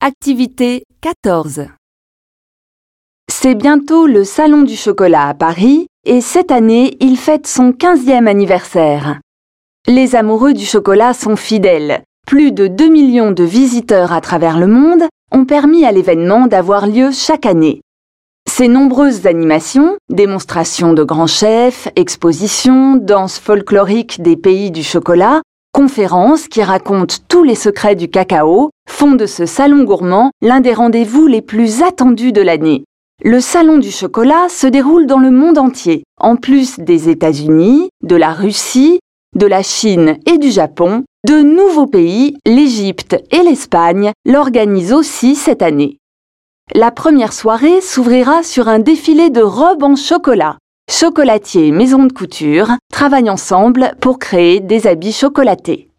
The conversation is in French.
Activité 14. C'est bientôt le Salon du chocolat à Paris et cette année, il fête son 15e anniversaire. Les amoureux du chocolat sont fidèles. Plus de 2 millions de visiteurs à travers le monde ont permis à l'événement d'avoir lieu chaque année. Ces nombreuses animations, démonstrations de grands chefs, expositions, danses folkloriques des pays du chocolat, conférences qui racontent tous les secrets du cacao, font de ce salon gourmand l'un des rendez-vous les plus attendus de l'année. Le Salon du chocolat se déroule dans le monde entier, en plus des États-Unis, de la Russie, de la Chine et du Japon. De nouveaux pays, l'Égypte et l'Espagne, l'organisent aussi cette année. La première soirée s'ouvrira sur un défilé de robes en chocolat. Chocolatiers et maisons de couture travaillent ensemble pour créer des habits chocolatés.